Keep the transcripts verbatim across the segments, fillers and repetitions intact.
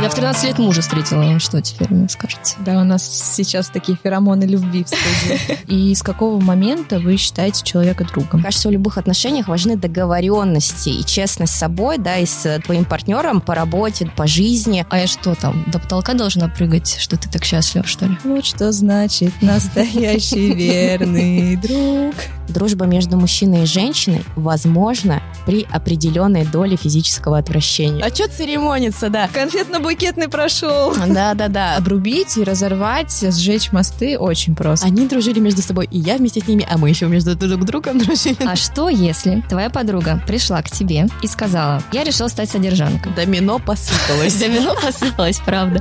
Я в тринадцать лет мужа встретила. Что теперь мне скажете? Да, у нас сейчас такие феромоны любви в студии. И с какого момента вы считаете человека другом? Кажется, в любых отношениях важны договоренности и честность с собой, да, и с твоим партнером по работе, по жизни. А я что там, до потолка должна прыгать, что ты так счастлива, что ли? Вот что значит настоящий верный друг. Дружба между мужчиной и женщиной возможна при определенной доле физического отвращения. А что церемониться, да? Конфетно-букетный прошел. Да-да-да. Обрубить и разорвать, сжечь мосты очень просто. Они дружили между собой, и я вместе с ними, а мы еще между друг другом дружили. А что, если твоя подруга пришла к тебе и сказала: я решила стать содержанкой? Домино посыпалось. Домино посыпалось, правда.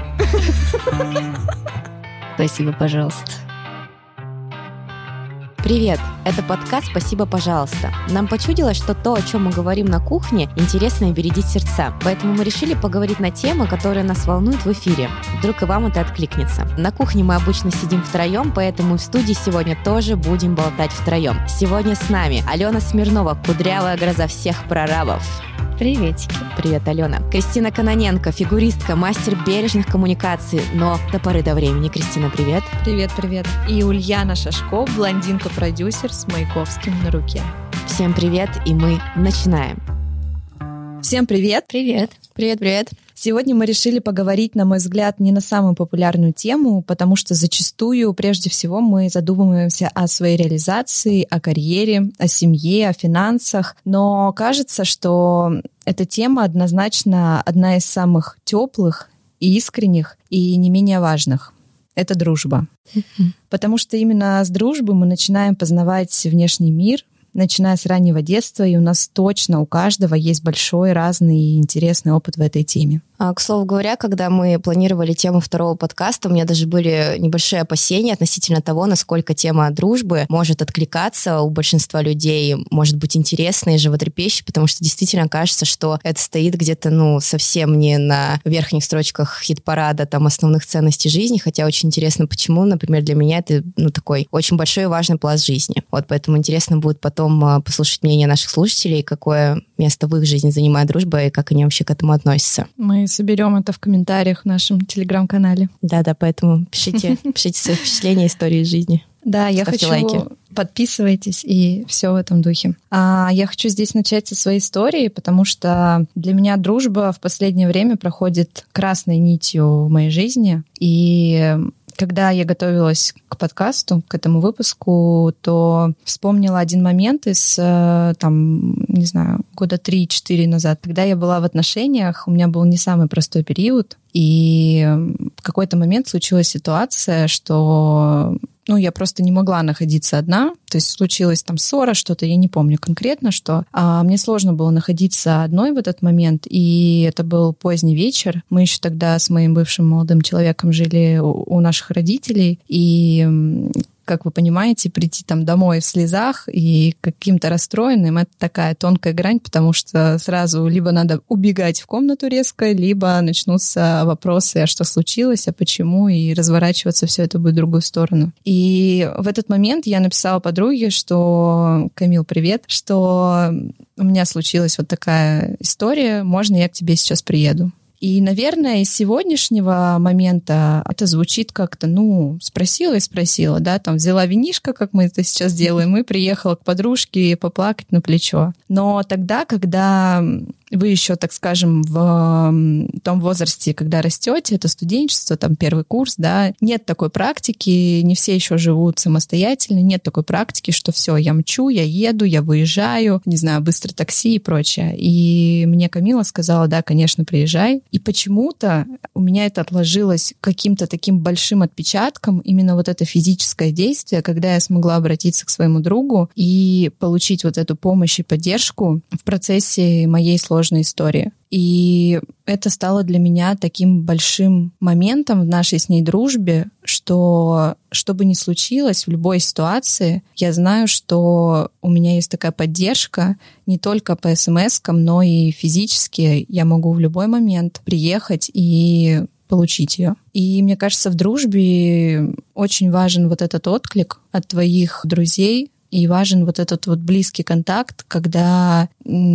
Спасибо, пожалуйста. Привет! Это подкаст «Спасибо, пожалуйста». Нам почудилось, что то, о чем мы говорим на кухне, интересно и бередит сердца. Поэтому мы решили поговорить на темы, которые нас волнуют в эфире. Вдруг и вам это откликнется. На кухне мы обычно сидим втроем, поэтому в студии сегодня тоже будем болтать втроем. Сегодня с нами Алена Смирнова, кудрявая гроза всех прорабов. Приветики. Привет, Алена. Кристина Кононенко, фигуристка, мастер бережных коммуникаций, но до поры до времени. Кристина, привет. Привет, привет. И Ульяна Шашко, блондинка-продюсер с Маяковским на руке. Всем привет, и мы начинаем. Всем привет. Привет. Привет, привет. Сегодня мы решили поговорить, на мой взгляд, не на самую популярную тему, потому что зачастую, прежде всего, мы задумываемся о своей реализации, о карьере, о семье, о финансах. Но кажется, что эта тема однозначно одна из самых теплых и искренних, и не менее важных. Это дружба. Mm-hmm. Потому что именно с дружбы мы начинаем познавать внешний мир, начиная с раннего детства, и у нас точно у каждого есть большой, разный и интересный опыт в этой теме. А, к слову говоря, когда мы планировали тему второго подкаста, у меня даже были небольшие опасения относительно того, насколько тема дружбы может откликаться у большинства людей, может быть интересной и животрепещущей, потому что действительно кажется, что это стоит где-то, ну, совсем не на верхних строчках хит-парада там основных ценностей жизни, хотя очень интересно, почему, например, для меня это, ну, такой очень большой и важный пласт жизни. Вот, поэтому интересно будет потом послушать мнение наших слушателей, какое место в их жизни занимает дружба и как они вообще к этому относятся. Мы соберем это в комментариях в нашем телеграм-канале. Да-да, поэтому пишите, пишите свои впечатления, истории жизни. Да, я Ставьте хочу... лайки. Подписывайтесь и все в этом духе. А я хочу здесь начать со своей истории, потому что для меня дружба в последнее время проходит красной нитью в моей жизни. И когда я готовилась к подкасту, к этому выпуску, то вспомнила один момент из, там, не знаю, года три-четыре назад, когда я была в отношениях, у меня был не самый простой период, и в какой-то момент случилась ситуация, что... Ну, я просто не могла находиться одна. То есть случилась там ссора, что-то, я не помню конкретно, что. А мне сложно было находиться одной в этот момент, и это был поздний вечер. Мы еще тогда с моим бывшим молодым человеком жили у, у наших родителей, и... как вы понимаете, прийти там домой в слезах и каким-то расстроенным — это такая тонкая грань, потому что сразу либо надо убегать в комнату резко, либо начнутся вопросы, а что случилось, а почему, и разворачиваться все это будет в другую сторону. И в этот момент я написала подруге, что «Камил, привет», что у меня случилась вот такая история, можно я к тебе сейчас приеду? И, наверное, из сегодняшнего момента это звучит как-то, ну, спросила и спросила, да, там взяла винишко, как мы это сейчас делаем, и приехала к подружке поплакать на плечо. Но тогда, когда вы еще, так скажем, в том возрасте, когда растете, это студенчество, там первый курс, да, нет такой практики, не все еще живут самостоятельно, нет такой практики, что все, я мчу, я еду, я выезжаю, не знаю, быстро такси и прочее. И мне Камила сказала, да, конечно, приезжай. И почему-то у меня это отложилось каким-то таким большим отпечатком, именно вот это физическое действие, когда я смогла обратиться к своему другу и получить вот эту помощь и поддержку в процессе моей сложной истории. И это стало для меня таким большим моментом в нашей с ней дружбе, что, что бы ни случилось в любой ситуации, я знаю, что у меня есть такая поддержка не только по смс-кам, но и физически. Я могу в любой момент приехать и получить ее. И мне кажется, в дружбе очень важен вот этот отклик от твоих друзей, И важен вот этот вот близкий контакт, когда,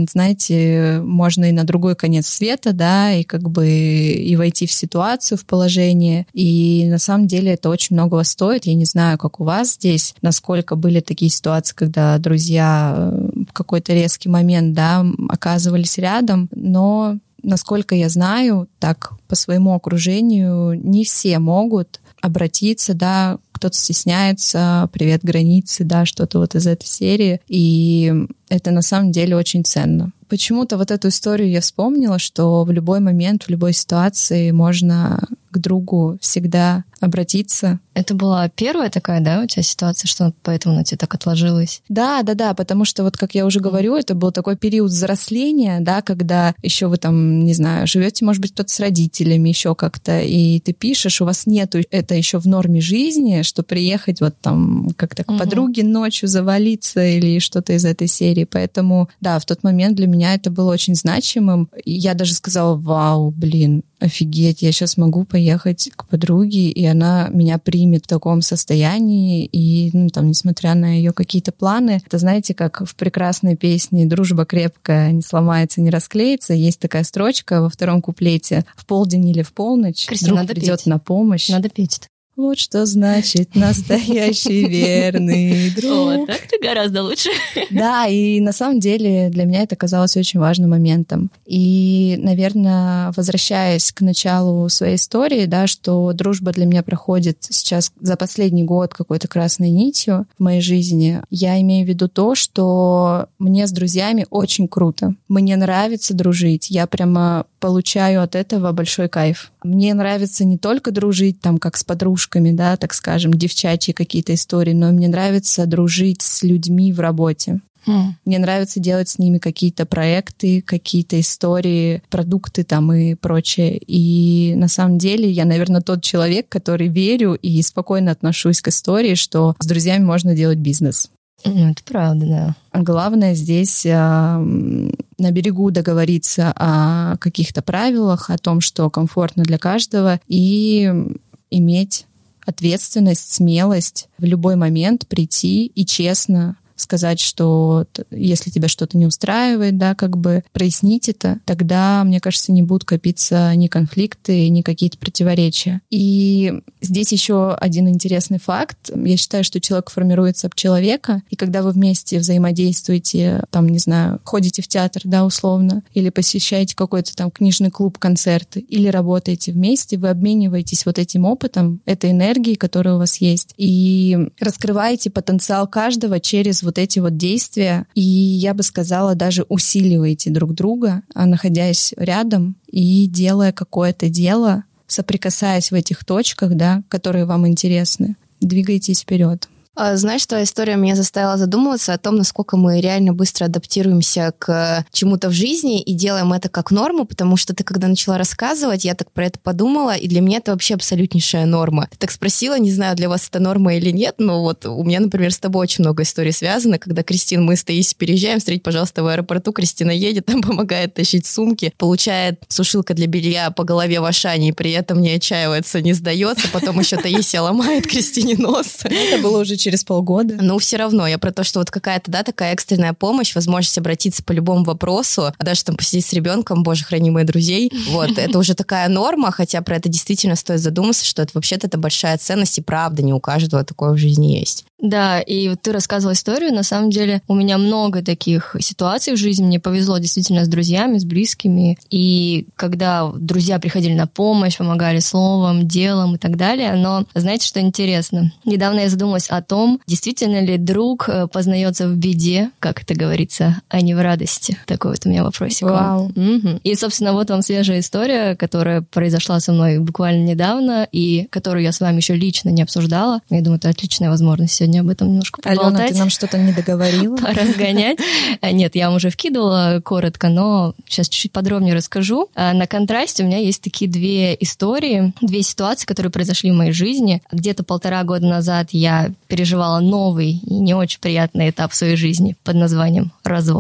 знаете, можно и на другой конец света, да, и как бы и войти в ситуацию, в положение. И на самом деле это очень многого стоит. Я не знаю, как у вас здесь, насколько были такие ситуации, когда друзья в какой-то резкий момент, да, оказывались рядом, но, насколько я знаю, так по своему окружению не все могут обратиться, да, кто-то стесняется, привет, границы, да, что-то вот из этой серии. И это на самом деле очень ценно. Почему-то вот эту историю я вспомнила, что в любой момент, в любой ситуации можно к другу всегда обратиться. Это была первая такая, да, у тебя ситуация, что поэтому на тебе так отложилось? Да, да, да, потому что вот, как я уже говорю, это был такой период взросления, да, когда еще вы там, не знаю, живете, может быть, кто-то с родителями, еще как-то, и ты пишешь, у вас нету это еще в норме жизни, что приехать вот там как-то к угу. подруге ночью завалиться или что-то из этой серии. Поэтому, да, в тот момент для меня это было очень значимым. И я даже сказала, вау, блин, офигеть, я сейчас могу поехать к подруге, и она меня примет в таком состоянии, и, ну, там, несмотря на ее какие-то планы, это, знаете, как в прекрасной песне «Дружба крепкая, не сломается, не расклеится», есть такая строчка во втором куплете: «В полдень или в полночь Кристина, друг придет петь. на помощь». Надо петь это. Вот что значит настоящий верный друг. О, так-то гораздо лучше. Да, и на самом деле для меня это казалось очень важным моментом. И, наверное, возвращаясь к началу своей истории, да, что дружба для меня проходит сейчас за последний год какой-то красной нитью в моей жизни, я имею в виду то, что мне с друзьями очень круто. Мне нравится дружить. Я прямо получаю от этого большой кайф. Мне нравится не только дружить там как с подружками, да, так скажем, девчачьи какие-то истории, но мне нравится дружить с людьми в работе. Mm. Мне нравится делать с ними какие-то проекты, какие-то истории, продукты там и прочее. И на самом деле я, наверное, тот человек, который верю и спокойно отношусь к истории, что с друзьями можно делать бизнес. Ну, это правда, да. А главное здесь а, на берегу договориться о каких-то правилах, о том, что комфортно для каждого, и иметь ответственность, смелость в любой момент прийти и честно сказать, что если тебя что-то не устраивает, да, как бы прояснить это, тогда, мне кажется, не будут копиться ни конфликты, ни какие-то противоречия. И здесь еще один интересный факт. Я считаю, что человек формируется об человека, и когда вы вместе взаимодействуете, там, не знаю, ходите в театр, да, условно, или посещаете какой-то там книжный клуб, концерты, или работаете вместе, вы обмениваетесь вот этим опытом, этой энергией, которая у вас есть, и раскрываете потенциал каждого через вот эти вот действия, и я бы сказала, даже усиливаете друг друга, находясь рядом и делая какое-то дело, соприкасаясь в этих точках, да, которые вам интересны, двигайтесь вперед. Знаешь, твоя история меня заставила задумываться о том, насколько мы реально быстро адаптируемся к чему-то в жизни и делаем это как норму, потому что ты, когда начала рассказывать, я так про это подумала, и для меня это вообще абсолютнейшая норма. Ты так спросила, не знаю, для вас это норма или нет, но вот у меня, например, с тобой очень много историй связано, когда, Кристин, мы с Таисией переезжаем, встретить, пожалуйста, в аэропорту, Кристина едет, там помогает тащить сумки, получает сушилка для белья по голове в Ашане, и при этом не отчаивается, не сдается, потом еще Таисия ломает Кристине нос. Это было уже через полгода. Ну, все равно, я про то, что вот какая-то, да, такая экстренная помощь, возможность обратиться по любому вопросу, а даже там посидеть с ребенком, боже, храни моих друзей, вот, это уже такая норма, хотя про это действительно стоит задуматься, что это вообще-то это большая ценность, и правда, не у каждого такое в жизни есть. Да, и вот ты рассказывала историю, на самом деле у меня много таких ситуаций в жизни, мне повезло действительно с друзьями, с близкими, и когда друзья приходили на помощь, помогали словом, делом и так далее, но знаете, что интересно? Недавно я задумалась о том, действительно ли друг познается в беде, как это говорится, а не в радости. Такой вот у меня вопросик. Вау. Угу. И, собственно, вот вам свежая история, которая произошла со мной буквально недавно, и которую я с вами еще лично не обсуждала. Я думаю, это отличная возможность сегодня об этом немножко поболтать. Алена, ты нам что-то не договорила? Поразгонять. Нет, я вам уже вкидывала коротко, но сейчас чуть-чуть подробнее расскажу. На контрасте у меня есть такие две истории, две ситуации, которые произошли в моей жизни. Где-то полтора года назад я переживала новый и не очень приятный этап в своей жизни под названием развод.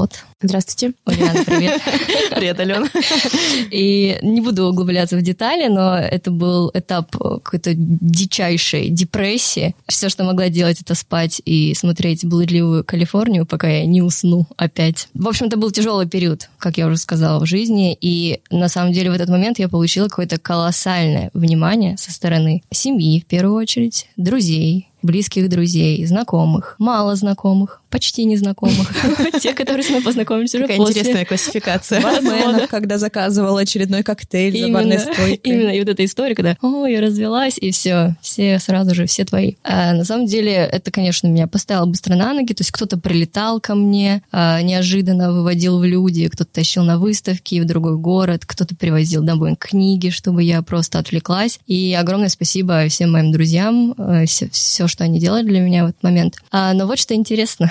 Здравствуйте. Ульяна, привет. Привет, Алена. И не буду углубляться в детали, но это был этап какой-то дичайшей депрессии. Все, что могла делать, это спать и смотреть блудливую Калифорнию, пока я не усну опять. В общем, это был тяжелый период, как я уже сказала, в жизни. И на самом деле в этот момент я получила какое-то колоссальное внимание со стороны семьи, в первую очередь, друзей, близких друзей, знакомых, мало знакомых, почти незнакомых. Те, которые с мной познакомились уже после. Какая интересная классификация. Барменов, когда заказывал очередной коктейль за барной стойкой. Именно, и вот эта история, когда «О, я развелась», и все, все сразу же, все твои. А на самом деле это, конечно, меня поставило быстро на ноги, то есть кто-то прилетал ко мне, неожиданно выводил в люди, кто-то тащил на выставки в другой город, кто-то привозил домой книги, чтобы я просто отвлеклась. И огромное спасибо всем моим друзьям, все, все что они делали для меня в этот момент. А, но вот что интересно.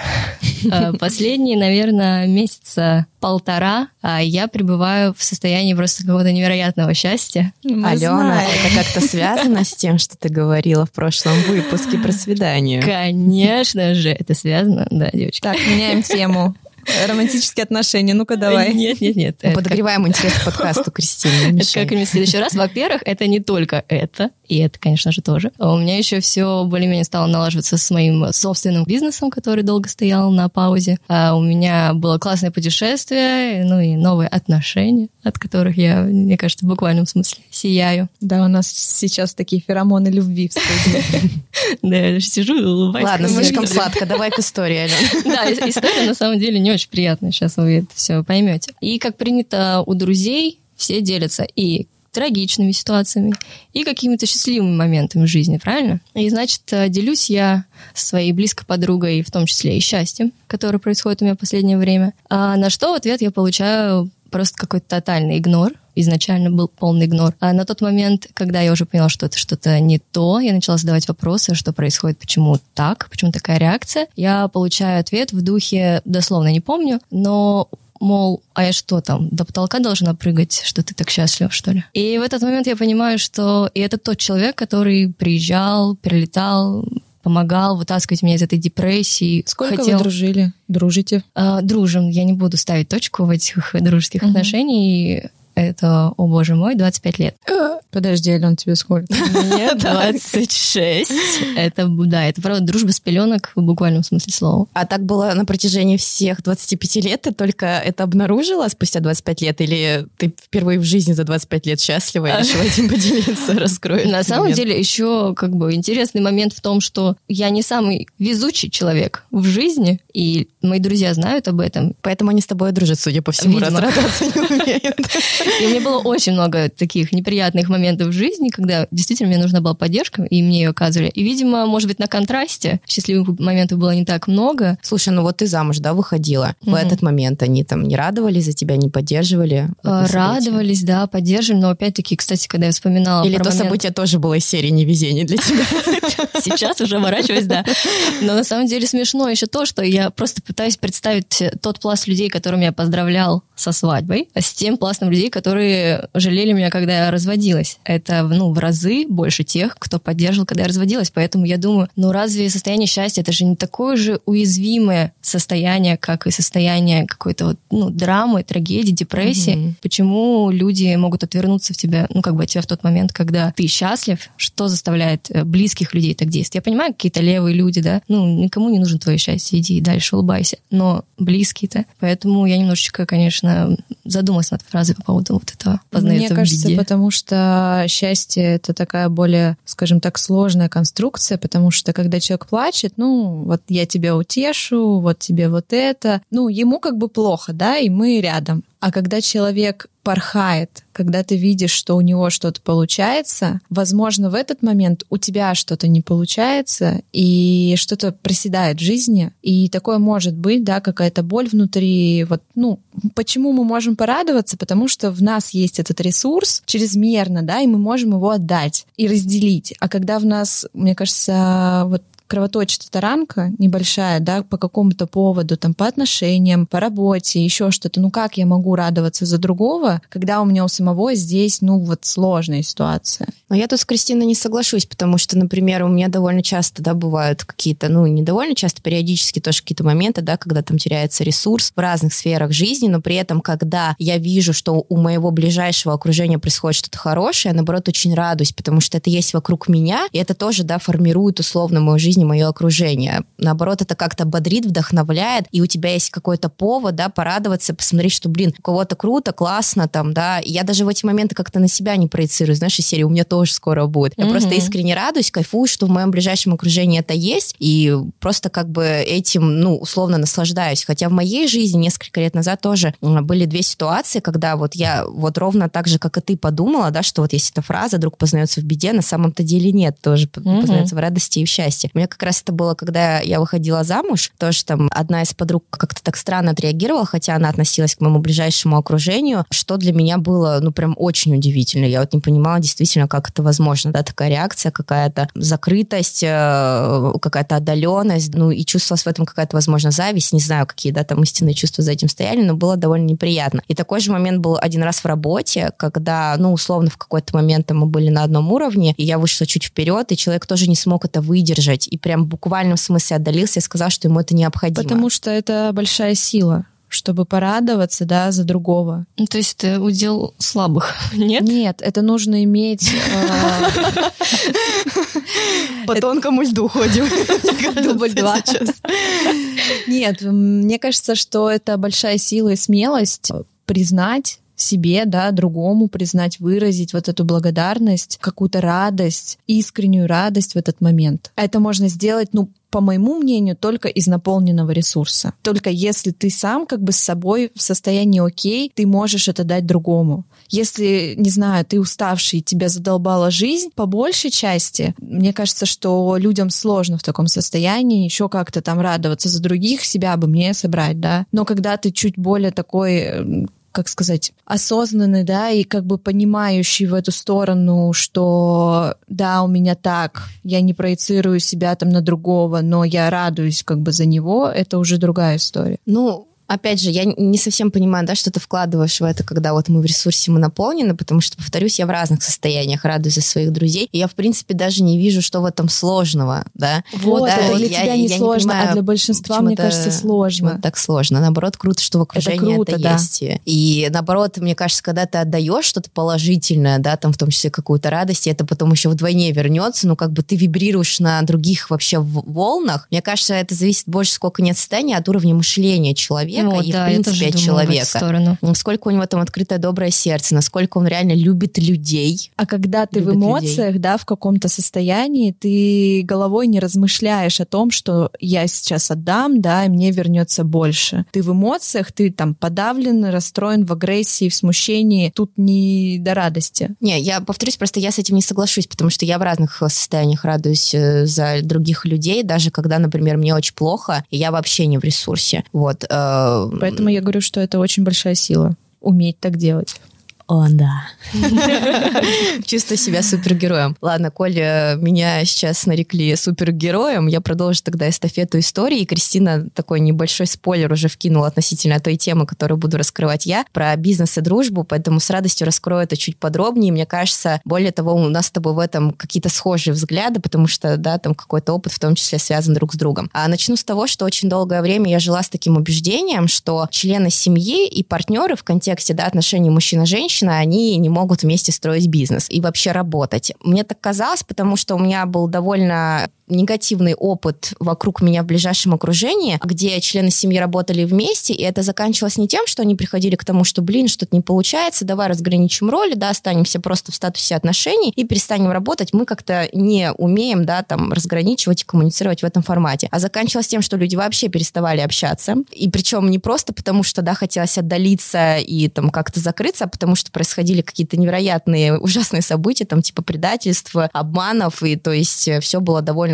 Последние, наверное, месяца полтора я пребываю в состоянии просто какого-то невероятного счастья. Мы Алена, знаем. Это как-то связано с тем, что ты говорила в прошлом выпуске про свидание? Конечно же, это связано, да, девочки. Так, меняем тему. Романтические отношения, ну-ка давай. Нет, нет, нет. Мы подогреваем как... интерес к подкасту Кристины. Это как-нибудь в следующий раз. Во-первых, это не только это, и это, конечно же, тоже. У меня еще все более-менее стало налаживаться с моим собственным бизнесом, который долго стоял на паузе. А у меня было классное путешествие, ну и новые отношения, от которых я, мне кажется, в буквальном смысле сияю. Да, у нас сейчас такие феромоны любви в студии. Да, я сижу и улыбаюсь. Ладно, слишком сладко. Давай к истории, Алена. Да, история на самом деле не очень приятная. Сейчас вы это все поймете. И как принято у друзей, все делятся и трагичными ситуациями, и какими-то счастливыми моментами в жизни, правильно? И, значит, делюсь я со своей близкой подругой, в том числе и счастьем, которое происходит у меня в последнее время. А на что в ответ я получаю просто какой-то тотальный игнор. Изначально был полный игнор. А на тот момент, когда я уже поняла, что это что-то не то, я начала задавать вопросы, что происходит, почему так, почему такая реакция. Я получаю ответ в духе, дословно не помню, но мол, а я что там, до потолка должна прыгать, что ты так счастлив, что ли? И в этот момент я понимаю, что и это тот человек, который приезжал, прилетал, помогал вытаскивать меня из этой депрессии. Сколько Хотел... вы дружили? Дружите? А, дружим. Я не буду ставить точку в этих дружеских uh-huh. отношениях. Это, о боже мой, двадцать пять лет. Подожди, Ален, тебе сколько? Мне двадцать шесть. Это, да, это, правда, дружба с пеленок в буквальном смысле слова. А так было на протяжении всех двадцати пяти лет? Ты только это обнаружила спустя двадцать пять лет? Или ты впервые в жизни за двадцать пять лет счастлива и решила этим поделиться, раскроешь? На самом деле, еще как бы интересный момент в том, что я не самый везучий человек в жизни, и мои друзья знают об этом. Поэтому они с тобой дружат, судя по всему, раз радоваться не умеют. И у меня было очень много таких неприятных моментов в жизни, когда действительно мне нужна была поддержка, и мне ее оказывали. И, видимо, может быть, на контрасте счастливых моментов было не так много. Слушай, ну вот ты замуж, да, выходила. Mm-hmm. В этот момент они там не радовались за тебя, не поддерживали? Радовались, да, поддерживали. Но опять-таки, кстати, когда я вспоминала Или про то момент... событие тоже было из серии невезения для тебя? Сейчас уже ворачиваюсь, да. Но на самом деле смешно еще то, что я просто пытаюсь представить тот пласт людей, которым я поздравлял со свадьбой, с тем пластом людей, которые жалели меня, когда я разводилась. Это, ну, в разы больше тех, кто поддерживал, когда я разводилась. Поэтому я думаю, ну разве состояние счастья, это же не такое же уязвимое состояние, как и состояние какой-то вот, ну, драмы, трагедии, депрессии. Mm-hmm. Почему люди могут отвернуться в тебя, ну, как бы от тебя в тот момент, когда ты счастлив? Что заставляет близких людей так действовать? Я понимаю, какие-то левые люди, да, ну, никому не нужно твое счастье, иди дальше, улыбайся. Но близкие-то. Поэтому я немножечко, конечно, задумалась над фразой по поводу вот этого. Мне кажется, потому что счастье — это такая более, скажем так, сложная конструкция, потому что когда человек плачет, ну, вот я тебя утешу, вот тебе вот это, ну, ему как бы плохо, да, и мы рядом. А когда человек порхает, когда ты видишь, что у него что-то получается, возможно, в этот момент у тебя что-то не получается, и что-то проседает в жизни, и такое может быть, да, какая-то боль внутри. Вот, ну, почему мы можем порадоваться? Потому что в нас есть этот ресурс чрезмерно, да, и мы можем его отдать и разделить. А когда в нас, мне кажется, вот кровоточит эта ранка небольшая, да, по какому-то поводу, там, по отношениям, по работе, еще что-то. Ну, как я могу радоваться за другого, когда у меня у самого здесь, ну, вот сложная ситуация? Но я тут с Кристиной не соглашусь, потому что, например, у меня довольно часто, да, бывают какие-то, ну, не довольно часто, периодически тоже какие-то моменты, да, когда там теряется ресурс в разных сферах жизни, но при этом, когда я вижу, что у моего ближайшего окружения происходит что-то хорошее, я, наоборот, очень радуюсь, потому что это есть вокруг меня, и это тоже, да, формирует условно мою жизнь и мое окружение. Наоборот, это как-то бодрит, вдохновляет, и у тебя есть какой-то повод, да, порадоваться, посмотреть, что, блин, у кого-то круто, классно, там, да, и я даже в эти моменты как-то на себя не проецирую, знаешь, из серии «у меня тоже скоро будет». Я mm-hmm. просто искренне радуюсь, кайфую, что в моем ближайшем окружении это есть, и просто как бы этим, ну, условно наслаждаюсь. Хотя в моей жизни несколько лет назад тоже были две ситуации, когда вот я вот ровно так же, как и ты, подумала, да, что вот есть эта фраза «друг познается в беде», на самом-то деле нет, тоже mm-hmm. познается в радости и в счастье. У меня как раз это было, когда я выходила замуж, тоже там одна из подруг как-то так странно отреагировала, хотя она относилась к моему ближайшему окружению, что для меня было, ну, прям очень удивительно. Я вот не понимала действительно, как это возможно, да, такая реакция, какая-то закрытость, какая-то отдаленность, ну, и чувствовалась в этом какая-то, возможно, зависть, не знаю, какие, да, там истинные чувства за этим стояли, но было довольно неприятно. И такой же момент был один раз в работе, когда, ну, условно, в какой-то момент мы были на одном уровне, и я вышла чуть вперед, и человек тоже не смог это выдержать, и прям в буквальном смысле отдалился и сказал, что ему это необходимо. Потому что это большая сила, чтобы порадоваться, да, за другого. Ну, то есть это удел слабых, нет? Нет, это нужно иметь... По тонкому льду ходим. Дубль два. Нет, мне кажется, что это большая сила и смелость признать себе, да, другому, признать, выразить вот эту благодарность, какую-то радость, искреннюю радость в этот момент. Это можно сделать, ну, по моему мнению, только из наполненного ресурса. Только если ты сам как бы с собой в состоянии окей, ты можешь это дать другому. Если, не знаю, ты уставший, тебя задолбала жизнь, по большей части, мне кажется, что людям сложно в таком состоянии еще как-то там радоваться за других, себя бы мне собрать, да. Но когда ты чуть более такой, как сказать, осознанный, да, и как бы понимающий в эту сторону, что да, у меня так, я не проецирую себя там на другого, но я радуюсь как бы за него, это уже другая история. Ну, опять же, я не совсем понимаю, да, что ты вкладываешь в это, когда вот мы в ресурсе, мы наполнены, потому что, повторюсь, я в разных состояниях радуюсь за своих друзей, и я, в принципе, даже не вижу, что в этом сложного, да. Вот, да, это для я, тебя не я сложно, не понимаю, а для большинства, мне кажется, сложно. Почему так сложно? Наоборот, круто, что в окружении это, круто, это да. есть. И наоборот, мне кажется, когда ты отдаешь что-то положительное, да, там в том числе какую-то радость, и это потом еще вдвойне вернется, ну, как бы ты вибрируешь на других вообще волнах. Мне кажется, это зависит больше, сколько нет состояния, от уровня мышления человека, вот, и, да, в принципе, от человека. Насколько у него там открытое доброе сердце, насколько он реально любит людей. А когда ты в эмоциях, людей. да, в каком-то состоянии, ты головой не размышляешь о том, что я сейчас отдам, да, и мне вернется больше. Ты в эмоциях, ты там подавлен, расстроен, в агрессии, в смущении. Тут не до радости. Не, я повторюсь, просто я с этим не соглашусь, потому что я в разных состояниях радуюсь за других людей, даже когда, например, мне очень плохо, и я вообще не в ресурсе. Вот. Поэтому я говорю, что это очень большая сила, уметь так делать. О, да. Чувствую себя супергероем. Ладно, Коля, меня сейчас нарекли супергероем, я продолжу тогда эстафету истории. Кристина такой небольшой спойлер уже вкинула относительно той темы, которую буду раскрывать я, про бизнес и дружбу, поэтому с радостью раскрою это чуть подробнее. Мне кажется, более того, у нас с тобой в этом какие-то схожие взгляды, потому что, да, там какой-то опыт в том числе связан друг с другом. А начну с того, что очень долгое время я жила с таким убеждением, что члены семьи и партнеры в контексте, да, отношений мужчина-женщина, они не могут вместе строить бизнес и вообще работать. Мне так казалось, потому что у меня был довольно негативный опыт вокруг меня в ближайшем окружении, где члены семьи работали вместе, и это заканчивалось не тем, что они приходили к тому, что, блин, что-то не получается, давай разграничим роли, да, останемся просто в статусе отношений и перестанем работать. Мы как-то не умеем, да, там, разграничивать и коммуницировать в этом формате. А заканчивалось тем, что люди вообще переставали общаться. И причем не просто потому, что, да, хотелось отдалиться и там как-то закрыться, а потому что происходили какие-то невероятные, ужасные события, там, типа предательства, обманов, и то есть все было довольно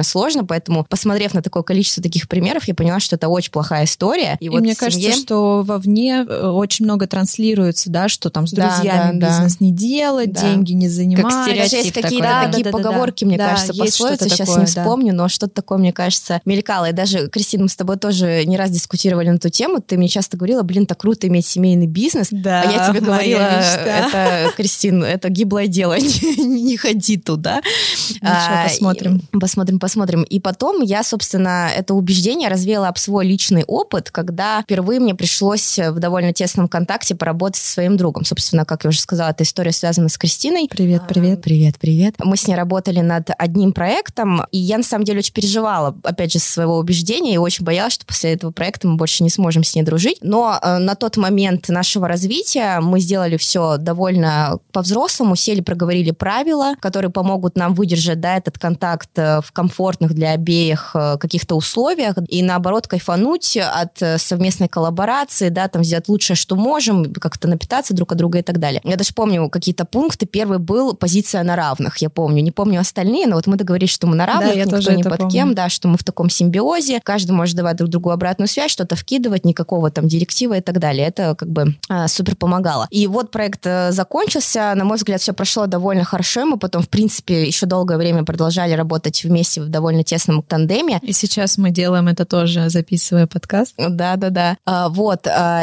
сложно, поэтому, посмотрев на такое количество таких примеров, я поняла, что это очень плохая история. И, и вот мне семье... кажется, что вовне очень много транслируется, да, что там с друзьями да, да, бизнес да. не делать, да. деньги не занимать. Как стереотип есть какие-то да, такие да, поговорки, да, мне да, кажется, пословицы, сейчас такое, не вспомню, да. но что-то такое, мне кажется, мелькало. И даже, Кристина, мы с тобой тоже не раз дискутировали на эту тему, ты мне часто говорила, блин, так круто иметь семейный бизнес, да, а я тебе говорила, это, Кристина, это гиблое дело, не, не ходи туда. Ничего, а, посмотрим. И, посмотрим, посмотрим. И потом я, собственно, это убеждение развеяла об свой личный опыт, когда впервые мне пришлось в довольно тесном контакте поработать со своим другом. Собственно, как я уже сказала, эта история связана с Кристиной. Привет, привет. Привет, привет. Мы с ней работали над одним проектом, и я, на самом деле, очень переживала, опять же, со своего убеждения, и очень боялась, что после этого проекта мы больше не сможем с ней дружить. Но э, на тот момент нашего развития мы сделали все довольно по-взрослому, сели, проговорили правила, которые помогут нам выдержать, да, этот контакт в комфортных для обеих каких-то условиях, и наоборот кайфануть от совместной коллаборации, да, там сделать лучшее, что можем, как-то напитаться друг от друга и так далее. Я даже помню какие-то пункты. Первый был позиция на равных, я помню. Не помню остальные, но вот мы договорились, что мы на равных, да, никто не под помню. кем, да, что мы в таком симбиозе, каждый может давать друг другу обратную связь, что-то вкидывать, никакого там директива и так далее. Это как бы а, супер помогало. И вот проект а, закончился, на мой взгляд, все прошло довольно хорошо, мы потом, в принципе, еще долгое время продолжали работать вместе в довольно тесном тандеме. И сейчас мы делаем это тоже, записывая подкаст. Да-да-да. А, вот. А,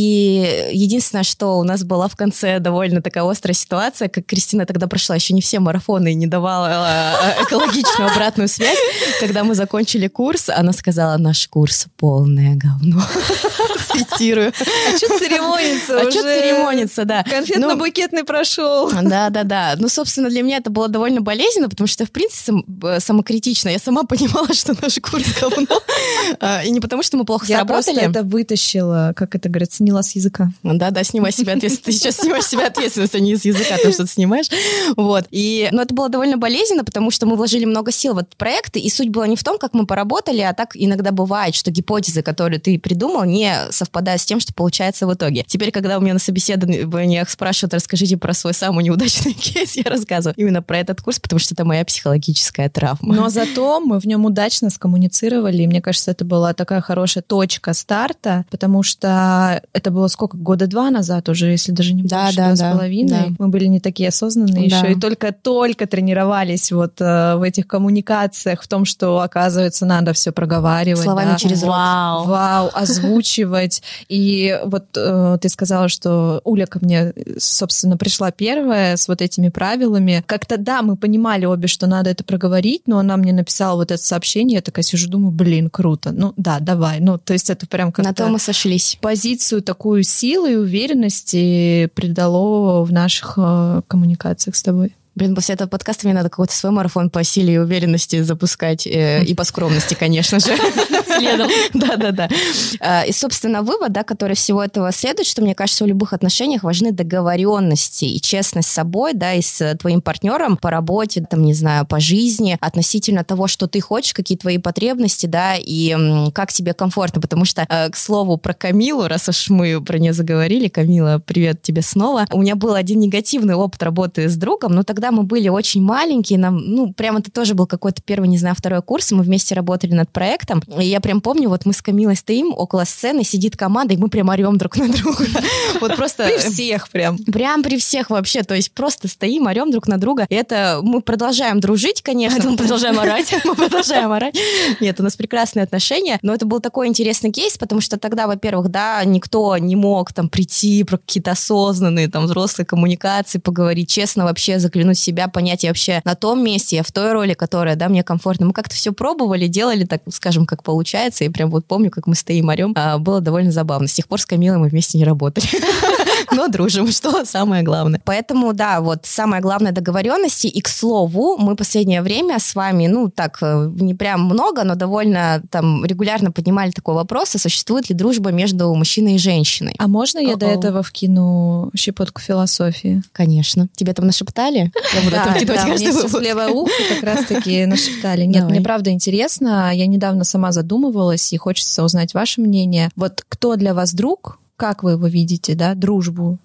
и единственное, что у нас была в конце довольно такая острая ситуация, как Кристина тогда прошла еще не все марафоны и не давала экологичную обратную связь. Когда мы закончили курс, она сказала, наш курс полное говно. Цитирую. А что церемониться уже? А что церемониться, да. Конфетно-букетный прошел. Да-да-да. Ну, собственно, для меня это было довольно болезненно, потому что, в принципе, самокритично. Я сама понимала, что наш курс говно. И не потому, что мы плохо я сработали. Я просто это вытащила, как это говорят, сняла с языка. Да-да, снимай с себя ответственность. Ты сейчас снимаешь с себя ответственность, а не с языка, то, что ты снимаешь. Вот. И, но это было довольно болезненно, потому что мы вложили много сил в этот проект, и суть была не в том, как мы поработали, а так иногда бывает, что гипотезы, которые ты придумал, не совпадают с тем, что получается в итоге. Теперь, когда у меня на собеседованиях спрашивают, расскажите про свой самый неудачный кейс, я рассказываю именно про этот курс, потому что это моя психологическая травма. Но зато мы в нем удачно скоммуницировали, и мне кажется, это была такая хорошая точка старта, потому что это было сколько, года два назад уже, если даже не да, больше, да, два да, с половиной. Да. Мы были не такие осознанные да. еще, и только-только тренировались вот э, в этих коммуникациях, в том, что, оказывается, надо все проговаривать. Словами да. через рот. Вау. Вау, озвучивать. И вот э, ты сказала, что Уля ко мне, собственно, пришла первая с вот этими правилами. Как-то, да, мы понимали обе, что надо это проговорить, но она мне написала вот это сообщение, я такая сижу, думаю, блин, круто. Ну да, давай. Ну, то есть это прям как-то... На то мы сошлись. Позицию такую силы и уверенности придало в наших э, коммуникациях с тобой. Блин, после этого подкаста мне надо какой-то свой марафон по силе и уверенности запускать. Э, и по скромности, конечно же. Следом. Да-да-да. И, собственно, вывод, да, который всего этого следует, что, мне кажется, в любых отношениях важны договоренности и честность с собой, да, и с твоим партнером по работе, там, не знаю, по жизни, относительно того, что ты хочешь, какие твои потребности, да, и м, как тебе комфортно. Потому что, э, к слову, про Камилу, раз уж мы про нее заговорили, Камила, привет тебе снова. У меня был один негативный опыт работы с другом, но тогда мы были очень маленькие, нам, ну, прям это тоже был какой-то первый, не знаю, второй курс, мы вместе работали над проектом, и я прям помню, вот мы с Камилой стоим около сцены, сидит команда, и мы прям орем друг на друга. Вот просто... При всех прям. Прям при всех вообще, то есть просто стоим, орем друг на друга, и это мы продолжаем дружить, конечно. Мы продолжаем орать. Мы продолжаем орать. Нет, у нас прекрасные отношения, но это был такой интересный кейс, потому что тогда, во-первых, да, никто не мог там прийти про какие-то осознанные там взрослые коммуникации, поговорить честно вообще, заглянуть в себя, понять, я вообще на том месте, я в той роли, которая, да, мне комфортно. Мы как-то все пробовали, делали так, скажем, как получается, и прям вот помню, как мы стоим, орем. А, было довольно забавно. С тех пор с Камилой мы вместе не работали. Но дружим, что самое главное. Поэтому, да, вот самое главное договоренности. И, к слову, мы последнее время с вами, ну, так, не прям много, но довольно там регулярно поднимали такой вопрос, а существует ли дружба между мужчиной и женщиной? А можно я до этого вкину щепотку философии? Конечно. Тебе там нашептали? Я буду да, это вкидывать да, каждый мне выпуск. сейчас левое ухо как раз-таки нашептали. Нет, Давай. мне правда интересно. Я недавно сама задумывалась, и хочется узнать ваше мнение. Вот кто для вас друг? Как вы его видите, да, дружбу?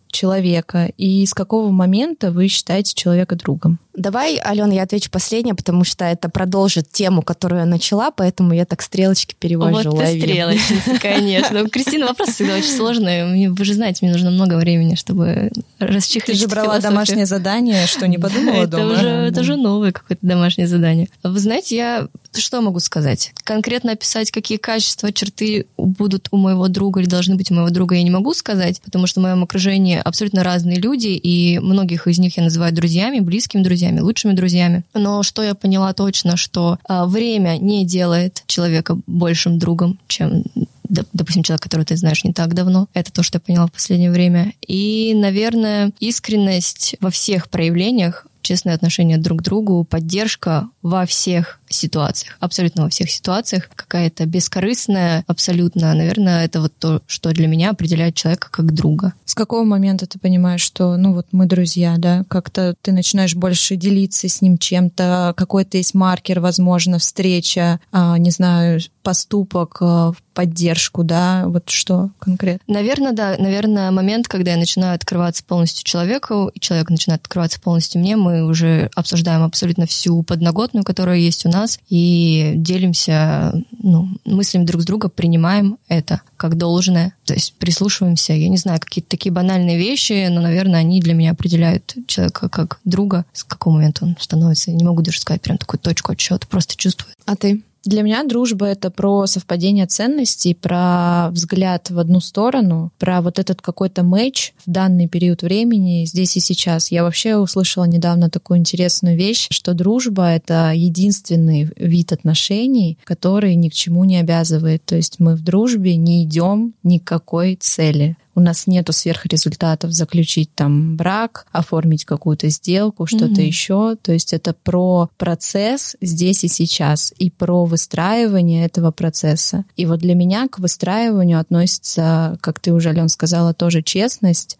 человека, и с какого момента вы считаете человека другом? Давай, Алена, я отвечу последнее, потому что это продолжит тему, которую я начала, поэтому я так стрелочки перевожу. Вот ты стрелочница, конечно. Кристина, вопрос всегда очень сложный. Вы же знаете, мне нужно много времени, чтобы расчехлить. Ты же брала домашнее задание, что не подумала дома? Это уже новое какое-то домашнее задание. Вы знаете, я что могу сказать? Конкретно описать, какие качества, черты будут у моего друга или должны быть у моего друга, я не могу сказать, потому что в моем окружении абсолютно разные люди, и многих из них я называю друзьями, близкими друзьями, лучшими друзьями. Но что я поняла точно, что а, время не делает человека большим другом, чем, допустим, человек, которого ты знаешь не так давно. Это то, что я поняла в последнее время. И, наверное, искренность во всех проявлениях, честное отношение друг к другу, поддержка во всех ситуациях, абсолютно во всех ситуациях, какая-то бескорыстная, абсолютно, наверное, это вот то, что для меня определяет человека как друга. С какого момента ты понимаешь, что, ну вот мы друзья, да, как-то ты начинаешь больше делиться с ним чем-то, какой-то есть маркер, возможно, встреча, а, не знаю, поступок в поддержку, да, вот что конкретно? Наверное, да, наверное, момент, когда я начинаю открываться полностью человеку, и человек начинает открываться полностью мне, мы уже обсуждаем абсолютно всю подноготную, которая есть у нас, и делимся, ну, мыслями друг с друга, принимаем это как должное, то есть прислушиваемся, я не знаю, какие-то такие банальные вещи, но, наверное, они для меня определяют человека как друга, с какого момента он становится, я не могу даже сказать прям такую точку отсчета, просто чувствую. А ты? Для меня дружба — это про совпадение ценностей, про взгляд в одну сторону, про вот этот какой-то мэч в данный период времени, здесь и сейчас. Я вообще услышала недавно такую интересную вещь, что дружба — это единственный вид отношений, который ни к чему не обязывает. То есть мы в дружбе не идем ни к какой цели. У нас нету сверхрезультатов заключить там брак, оформить какую-то сделку, что-то mm-hmm. еще. То есть это про процесс здесь и сейчас, и про выстраивание этого процесса. И вот для меня к выстраиванию относится, как ты уже, Ален, сказала, тоже честность,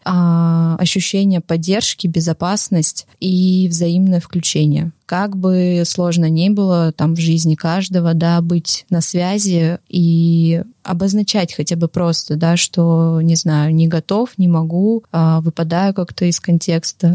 ощущение поддержки, безопасность и взаимное включение. Как бы сложно ни было там в жизни каждого, да, быть на связи и обозначать хотя бы просто, да, что, не знаю, не готов, не могу, а выпадаю как-то из контекста.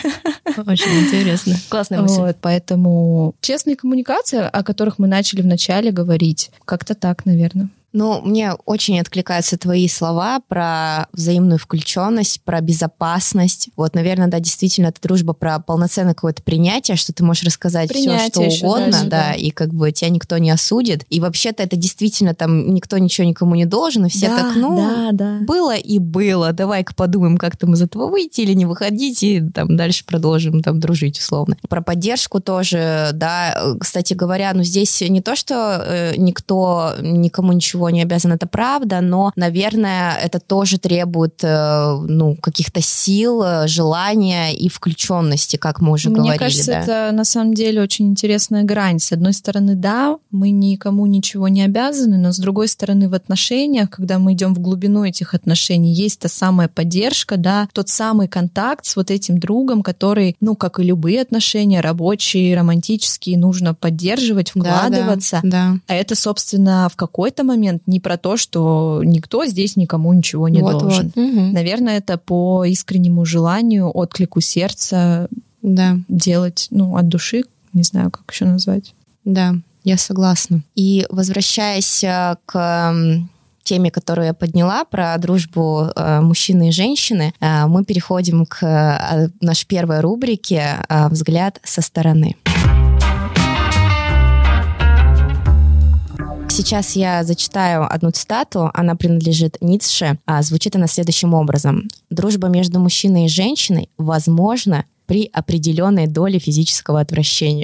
Очень интересно. Классная мысль. Вот, поэтому честные коммуникации, о которых мы начали вначале говорить, как-то так, наверное. Ну, мне очень откликаются твои слова про взаимную включенность, про безопасность. Вот, наверное, да, действительно, это дружба про полноценное какое-то принятие, что ты можешь рассказать принятие все, что угодно, даже, да, да, и как бы тебя никто не осудит. И вообще-то это действительно там никто ничего никому не должен, и все да, так, ну, да, да. было и было, давай-ка подумаем, как там из этого выйти или не выходить, и там дальше продолжим там дружить, условно. Про поддержку тоже, да, кстати говоря, ну, здесь не то, что э, никто никому ничего не обязан, это правда, но, наверное, это тоже требует ну, каких-то сил, желания и включенности, как мы уже Мне говорили. Мне кажется, да. это на самом деле очень интересная грань. С одной стороны, да, мы никому ничего не обязаны, но с другой стороны, в отношениях, когда мы идем в глубину этих отношений, есть та самая поддержка, да, тот самый контакт с вот этим другом, который, ну, как и любые отношения, рабочие, романтические, нужно поддерживать, вкладываться. Да, да, да. А это, собственно, в какой-то момент не про то, что никто здесь никому ничего не вот, должен. Вот. Угу. Наверное, это по искреннему желанию, отклику сердца да. делать, ну, от души, не знаю, как еще назвать. Да, я согласна. И возвращаясь к теме, которую я подняла, про дружбу э, мужчины и женщины, э, мы переходим к э, нашей первой рубрике э, «Взгляд со стороны». Сейчас я зачитаю одну цитату, она принадлежит Ницше, а звучит она следующим образом. «Дружба между мужчиной и женщиной возможна при определенной доле физического отвращения».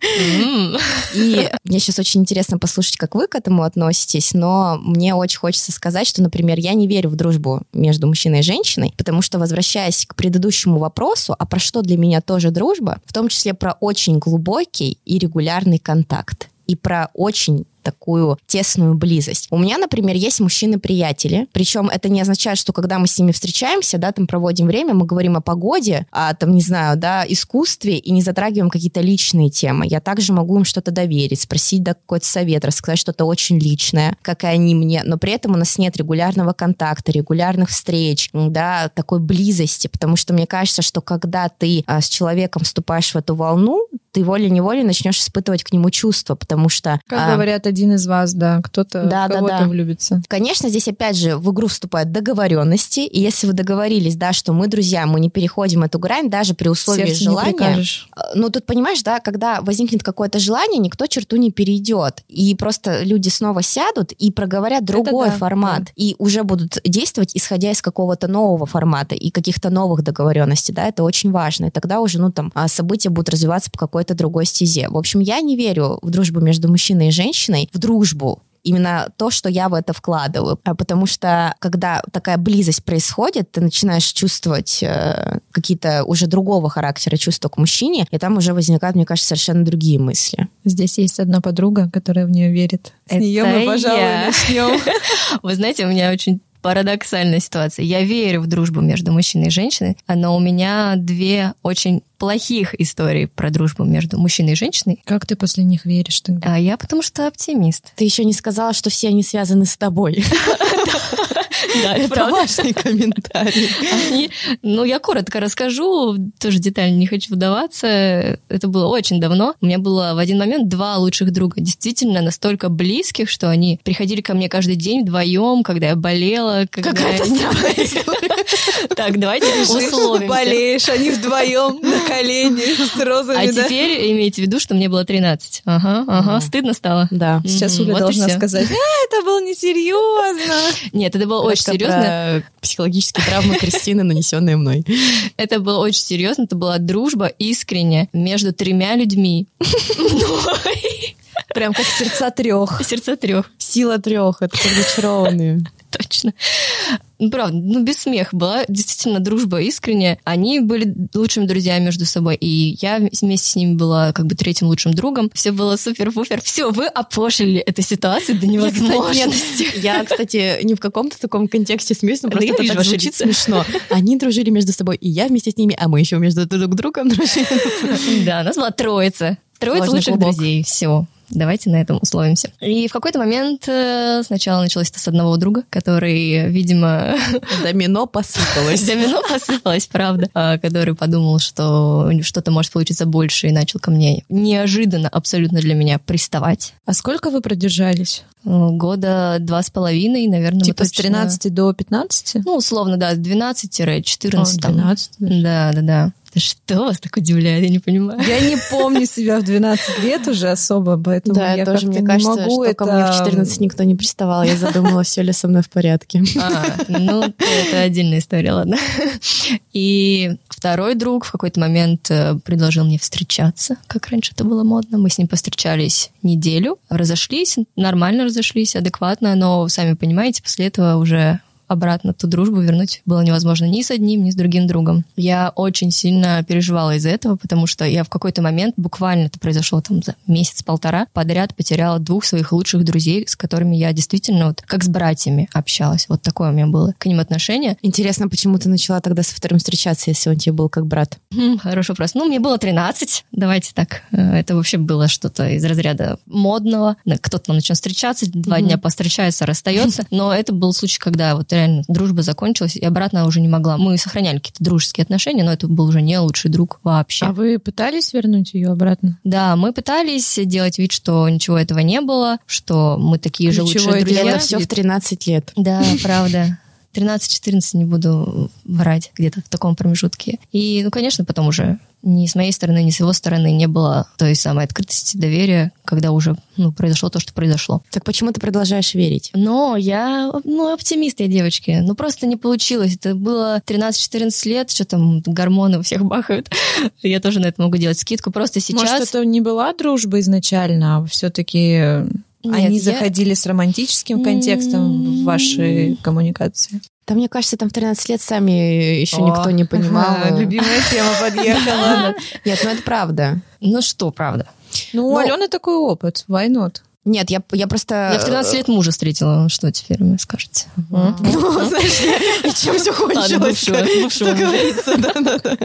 И мне сейчас очень интересно послушать, как вы к этому относитесь, но мне очень хочется сказать, что, например, я не верю в дружбу между мужчиной и женщиной, потому что, возвращаясь к предыдущему вопросу, а про что для меня тоже дружба, в том числе про очень глубокий и регулярный контакт, и про очень такую тесную близость. У меня, например, есть мужчины-приятели, причем это не означает, что когда мы с ними встречаемся, да, там проводим время, мы говорим о погоде, о, там, не знаю, да, искусстве и не затрагиваем какие-то личные темы. Я также могу им что-то доверить, спросить, да, какой-то совет, рассказать что-то очень личное, как и они мне, но при этом у нас нет регулярного контакта, регулярных встреч, да, такой близости, потому что мне кажется, что когда ты а, с человеком вступаешь в эту волну, ты волей-неволей начнешь испытывать к нему чувства, потому что... Как а, говорят, один из вас, да, кто-то да, в кого-то да, да. влюбится. Конечно, здесь опять же в игру вступают договоренности, и если вы договорились, да, что мы, друзья, мы не переходим эту грань, даже при условии Сердце желания... не прикажешь. Ну, тут, понимаешь, да, когда возникнет какое-то желание, никто черту не перейдет, и просто люди снова сядут и проговорят другой да, формат, да. и уже будут действовать, исходя из какого-то нового формата и каких-то новых договоренностей, да, это очень важно, и тогда уже, ну, там, события будут развиваться по какой-то другой стезе. В общем, я не верю в дружбу между мужчиной и женщиной, в дружбу, именно то, что я в это вкладываю. Потому что, когда такая близость происходит, ты начинаешь чувствовать э, какие-то уже другого характера чувства к мужчине, и там уже возникают, мне кажется, совершенно другие мысли. Здесь есть одна подруга, которая в нее верит. С Это нее мы, пожалуй, я. начнем. Вы знаете, у меня очень парадоксальная ситуация. Я верю в дружбу между мужчиной и женщиной, но у меня две очень плохих историй про дружбу между мужчиной и женщиной. Как ты после них веришь тогда? А я потому что оптимист. Ты еще не сказала, что все они связаны с тобой. Да, это важный комментарий. Они, ну, я коротко расскажу, тоже детально не хочу вдаваться. Это было очень давно. У меня было в один момент два лучших друга, действительно настолько близких, что они приходили ко мне каждый день вдвоем, когда я болела. Какая-то странная история. Так, давайте условимся. Болеешь, они вдвоем на колени с розами, А да? теперь имейте в виду, что мне было тринадцать. Ага, ага, стыдно стало. Да. Сейчас Мгм, Уля вот и должна всё. сказать, а, это было несерьезно. Нет, это было очень Кратко серьезно. про психологические травмы Кристины, нанесенные мной. Это было очень серьезно. Это была дружба искренняя между тремя людьми. Прям как сердца трех. Сердца трех. Сила трех, это как зачарованные. Точно. Ну, правда, ну, без смеха была действительно дружба искренняя. Они были лучшими друзьями между собой, и я вместе с ними была как бы третьим лучшим другом. Все было супер-пупер. Все, вы опошлили эту ситуацию до невозможности. Я, кстати, не в каком-то таком контексте смеюсь, но Да просто я это вижу так ваши звучит лица. смешно. Они дружили между собой, и я вместе с ними, а мы еще между друг другом дружили. Да, у нас была троица. Троица Сложный лучших клубок. друзей. Все. Давайте на этом условимся. И в какой-то момент э, сначала началось это с одного друга, который, видимо... Домино посыпалось. Домино посыпалось, правда. а, Который подумал, что что-то может получиться больше, и начал ко мне неожиданно абсолютно для меня приставать. А сколько вы продержались? Э, Года два с половиной, наверное. Типа мы с точно- тринадцати до пятнадцати? Ну, условно, да, с двенадцати-четырнадцати. А, там. двенадцать даже. Да, да, да. Да что вас так удивляет, я не понимаю. Я не помню себя в двенадцать лет уже особо, поэтому Да, я тоже, как-то мне не кажется, могу что это... ко мне в четырнадцать никто не приставал. Я задумалась, все ли со мной в порядке. А, ну, это отдельная история, ладно. И второй друг в какой-то момент э, предложил мне встречаться, как раньше это было модно. Мы с ним повстречались неделю, разошлись, нормально разошлись, адекватно, но, сами понимаете, после этого уже обратно ту дружбу вернуть было невозможно ни с одним, ни с другим другом. Я очень сильно переживала из-за этого, потому что я в какой-то момент, буквально это произошло там за месяц-полтора, подряд потеряла двух своих лучших друзей, с которыми я действительно вот как с братьями общалась. Вот такое у меня было к ним отношение. Интересно, почему ты начала тогда со вторым встречаться, если он тебе был как брат? Хм, Хороший вопрос. Ну, мне было тринадцать, давайте так. Э, Это вообще было что-то из разряда модного. Кто-то там начнет встречаться, два Мгм. дня постречается, расстается. Но это был случай, когда вот реально дружба закончилась, и обратно уже не могла. Мы сохраняли какие-то дружеские отношения, но это был уже не лучший друг вообще. А вы пытались вернуть ее обратно? Да, мы пытались делать вид, что ничего этого не было, что мы такие же Ключевое лучшие друзья. дело Это все в тринадцать лет. Да, правда. тринадцать-четырнадцать, не буду врать, где-то в таком промежутке. И, ну, конечно, потом уже ни с моей стороны, ни с его стороны не было той самой открытости, доверия, когда уже, ну, произошло то, что произошло. Так почему ты продолжаешь верить? Но я, ну, оптимист я, девочки. Ну, просто не получилось. Это было тринадцать-четырнадцать лет, что там гормоны у всех бахают. Я тоже на это могу делать скидку. Просто сейчас... Может, это не была дружба изначально, а все-таки они я- заходили с романтическим контекстом в вашей коммуникации? Да, мне кажется, там в тринадцать лет сами еще О, никто не понимал. Любимая тема подъехала. Нет, ну это правда. Ну что, правда? Ну, у Ну, Алены такой опыт. Why not? Нет, я, я просто... Я в тринадцать лет мужа встретила. Что теперь вы скажете? Ну, знаешь, чем все кончилось? Что говорится, да-да-да.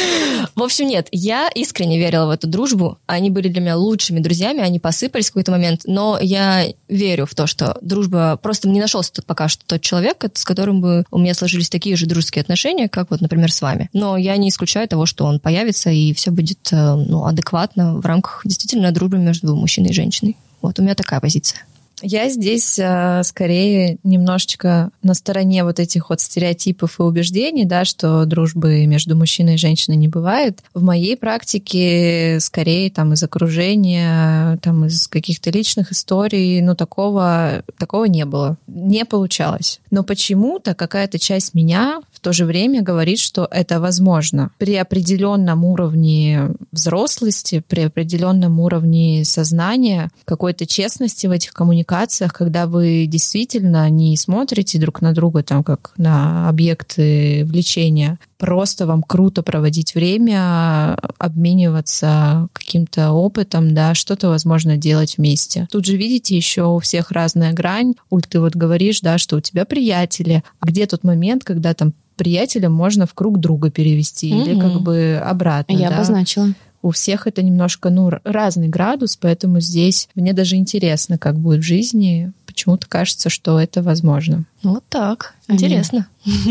В общем, нет, я искренне верила в эту дружбу. Они были для меня лучшими друзьями, они посыпались в какой-то момент, но я верю в то, что дружба... Просто не нашелся пока что тот человек, с которым бы у меня сложились такие же дружеские отношения, как вот, например, с вами. Но я не исключаю того, что он появится, и все будет ну, адекватно в рамках действительно дружбы между мужчиной и женщиной. Вот у меня такая позиция. Я здесь э, скорее немножечко на стороне вот этих вот стереотипов и убеждений, да, что дружбы между мужчиной и женщиной не бывает. В моей практике скорее там из окружения, там из каких-то личных историй, ну такого, такого не было. Не получалось. Но почему-то какая-то часть меня в то же время говорит, что это возможно. При определенном уровне взрослости, при определенном уровне сознания, какой-то честности в этих коммуникациях, когда вы действительно не смотрите друг на друга там как на объекты влечения, просто вам круто проводить время, обмениваться каким-то опытом, да, что-то возможно делать вместе. Тут же, видите, еще у всех разная грань. Уль, ты вот говоришь, да, что у тебя приятели. А где тот момент, когда там приятеля можно в круг друга перевести mm-hmm. или как бы обратно? Я да? обозначила. У всех это немножко, ну, разный градус, поэтому здесь мне даже интересно, как будет в жизни. Почему-то кажется, что это возможно. Вот так. Интересно.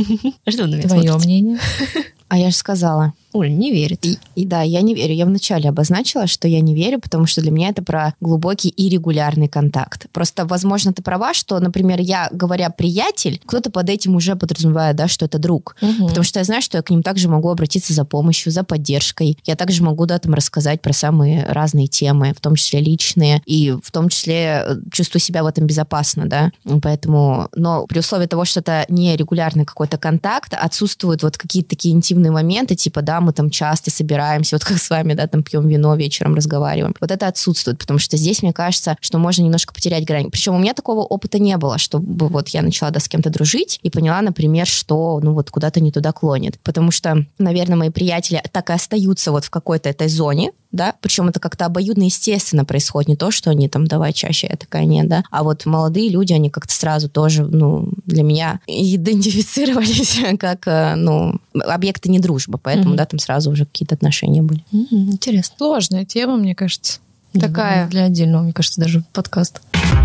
Что вы на меня Твое мнение? А я же сказала. Оль не верит. И, и да, я не верю. Я вначале обозначила, что я не верю, потому что для меня это про глубокий и регулярный контакт. Просто, возможно, ты права, что, например, я, говоря приятель, кто-то под этим уже подразумевает, да, что это друг. Угу. Потому что я знаю, что я к ним также могу обратиться за помощью, за поддержкой. Я также могу, да, там рассказать про самые разные темы, в том числе личные, и в том числе чувствую себя в этом безопасно, да. Поэтому, но при условии того, что это не регулярный какой-то контакт, отсутствуют вот какие-то такие интимные моменты, типа, да, мы там часто собираемся, вот как с вами, да, там пьем вино, вечером разговариваем. Вот это отсутствует, потому что здесь, мне кажется, что можно немножко потерять грань. Причем у меня такого опыта не было, чтобы вот я начала, да, с кем-то дружить и поняла, например, что, ну, вот куда-то не туда клонит. Потому что, наверное, мои приятели так и остаются вот в какой-то этой зоне, да, причем это как-то обоюдно естественно происходит, не то, что они там, давай чаще, я такая, нет, да, а вот молодые люди, они как-то сразу тоже, ну, для меня идентифицировались как, ну, объекты недружбы, поэтому, mm-hmm. да, там сразу уже какие-то отношения были. Mm-hmm. Интересно. Сложная тема, мне кажется. Mm-hmm. Такая. Для отдельного, мне кажется, даже подкаст.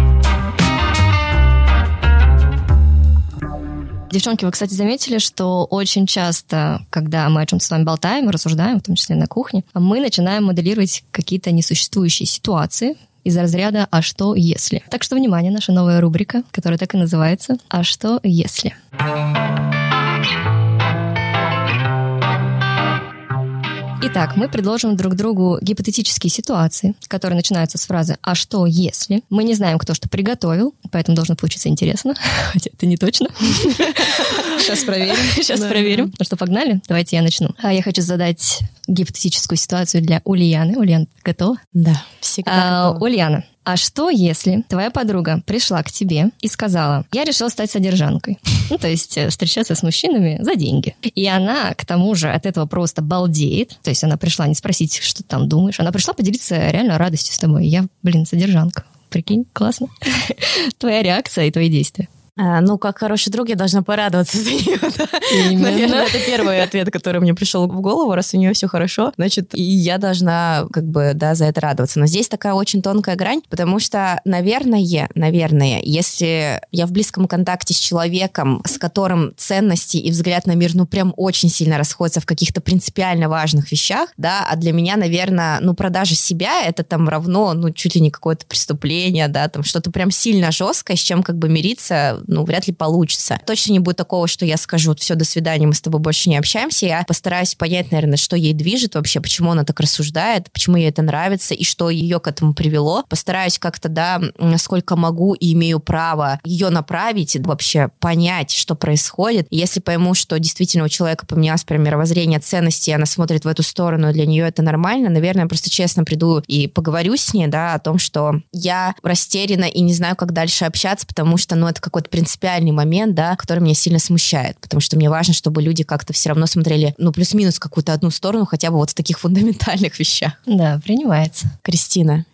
Девчонки, вы, кстати, заметили, что очень часто, когда мы о чем-то с вами болтаем и рассуждаем, в том числе на кухне, мы начинаем моделировать какие-то несуществующие ситуации из разряда «А что если?». Так что, внимание, наша новая рубрика, которая так и называется «А что если?». Итак, мы предложим друг другу гипотетические ситуации, которые начинаются с фразы «А что если?». Мы не знаем, кто что приготовил, поэтому должно получиться интересно, хотя это не точно. Сейчас проверим. Сейчас проверим. Ну что, погнали? Давайте я начну. Я хочу задать гипотетическую ситуацию для Ульяны. Ульяна, готова? Да, всегда готова. Ульяна, а что, если твоя подруга пришла к тебе и сказала: я решила стать содержанкой, ну, то есть встречаться с мужчинами за деньги. И она, к тому же, от этого просто балдеет. То есть она пришла не спросить, что ты там думаешь, она пришла поделиться реально радостью с тобой. Я, блин, содержанка. Прикинь, классно. Твоя реакция и твои действия. А, ну, как хороший друг, я должна порадоваться за нее. Да? Наверное, это первый ответ, который мне пришел в голову. Раз у нее все хорошо, значит, и я должна как бы, да, за это радоваться. Но здесь такая очень тонкая грань, потому что, наверное, наверное, если я в близком контакте с человеком, с которым ценности и взгляд на мир, ну, прям очень сильно расходятся в каких-то принципиально важных вещах, да, а для меня, наверное, ну, продажа себя, это там равно, ну, чуть ли не какое-то преступление, да, там что-то прям сильно жесткое, с чем как бы мириться, ну, вряд ли получится. Точно не будет такого, что я скажу: все, до свидания, мы с тобой больше не общаемся. Я постараюсь понять, наверное, что ей движет вообще, почему она так рассуждает, почему ей это нравится и что ее к этому привело. Постараюсь как-то, да, насколько могу и имею право ее направить, вообще понять, что происходит. И если пойму, что действительно у человека поменялось прям мировоззрение, ценности, и она смотрит в эту сторону, и для нее это нормально, наверное, я просто честно приду и поговорю с ней, да, о том, что я растеряна и не знаю, как дальше общаться, потому что, ну, это какой-то принципиальный момент, да, который меня сильно смущает, потому что мне важно, чтобы люди как-то все равно смотрели, ну, плюс-минус какую-то одну сторону, хотя бы вот в таких фундаментальных вещах. Да, принимается. Кристина,